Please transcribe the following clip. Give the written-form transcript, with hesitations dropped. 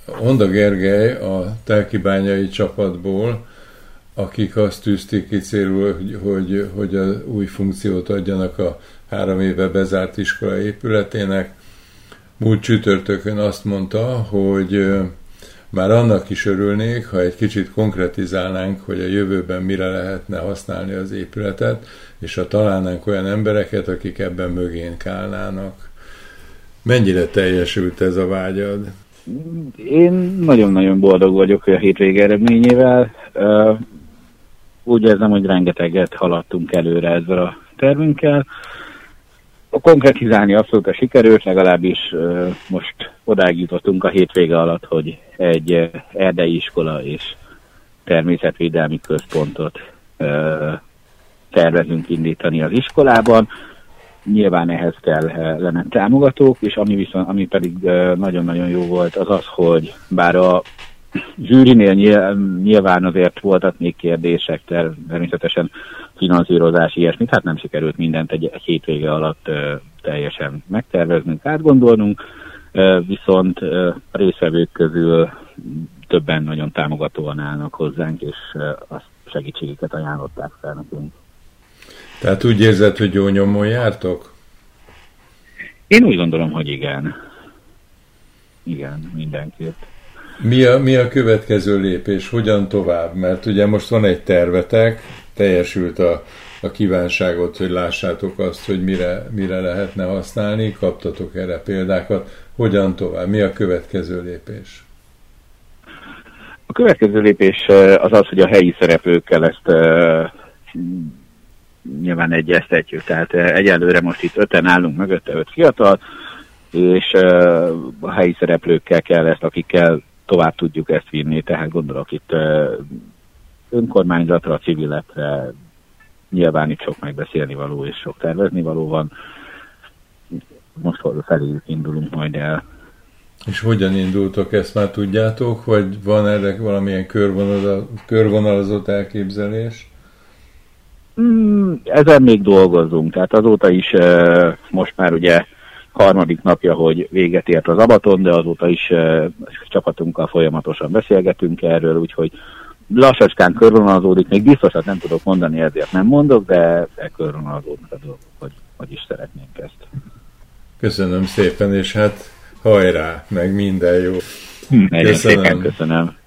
Honda Gergely a telkibányai csapatból, akik azt tűzték ki célul, hogy a új funkciót adjanak a 3 éve bezárt iskola épületének. Múlt csütörtökön azt mondta, hogy már annak is örülnék, ha egy kicsit konkretizálnánk, hogy a jövőben mire lehetne használni az épületet, és ha találnánk olyan embereket, akik ebben mögénk állnának. Mennyire teljesült ez a vágyad? Én nagyon-nagyon boldog vagyok a hétvége eredményével. Úgy érzem, hogy rengeteget haladtunk előre ezzel a tervünkkel. Konkretizálni abszolút sikerült, legalábbis most odáig jutottunk a hétvége alatt, hogy egy erdei iskola és természetvédelmi központot tervezünk indítani az iskolában. Nyilván ehhez kellene támogatók, és ami pedig nagyon-nagyon jó volt, az az, hogy bár a zsűrinél nyilván azért voltak még kérdések, természetesen finanszírozás, ilyesmit, hát nem sikerült mindent egy hétvége alatt teljesen megterveznünk, átgondolnunk, viszont a résztvevők közül többen nagyon támogatóan állnak hozzánk, és a segítségüket ajánlották fel nekünk. Tehát úgy érzed, hogy jó nyomon jártok? Én úgy gondolom, hogy igen. Igen, mindenképp. Mi a következő lépés? Hogyan tovább? Mert ugye most van egy tervetek, teljesült a kívánságot, hogy lássátok azt, hogy mire lehetne használni, kaptatok erre példákat. Hogyan tovább? Mi a következő lépés? A következő lépés az az, hogy a helyi szereplőkkel ezt nyilván egyeztetjük. Tehát egyelőre most itt 5-en állunk mögötte, 5 fiatal, és a helyi szereplőkkel kell ezt, akikkel tovább tudjuk ezt vinni, tehát gondolok itt önkormányzatra, civilekre, nyilván itt sok megbeszélni való és sok tervezni való van. Most feléjük indulunk majd el. És hogyan indultok, ezt már tudjátok, vagy van erre valamilyen körvonalazott elképzelés? Ezen még dolgozunk, tehát azóta is most már ugye 3. napja, hogy véget ért az abaton, de azóta is csapatunkkal folyamatosan beszélgetünk erről, úgyhogy lassacskán körvonalazódik, még biztosat nem tudok mondani, ezért nem mondok, de körvonalazódnak a dolgok, hogy is szeretnénk ezt. Köszönöm szépen, és hát hajrá, meg minden jó. Nagyon szépen köszönöm.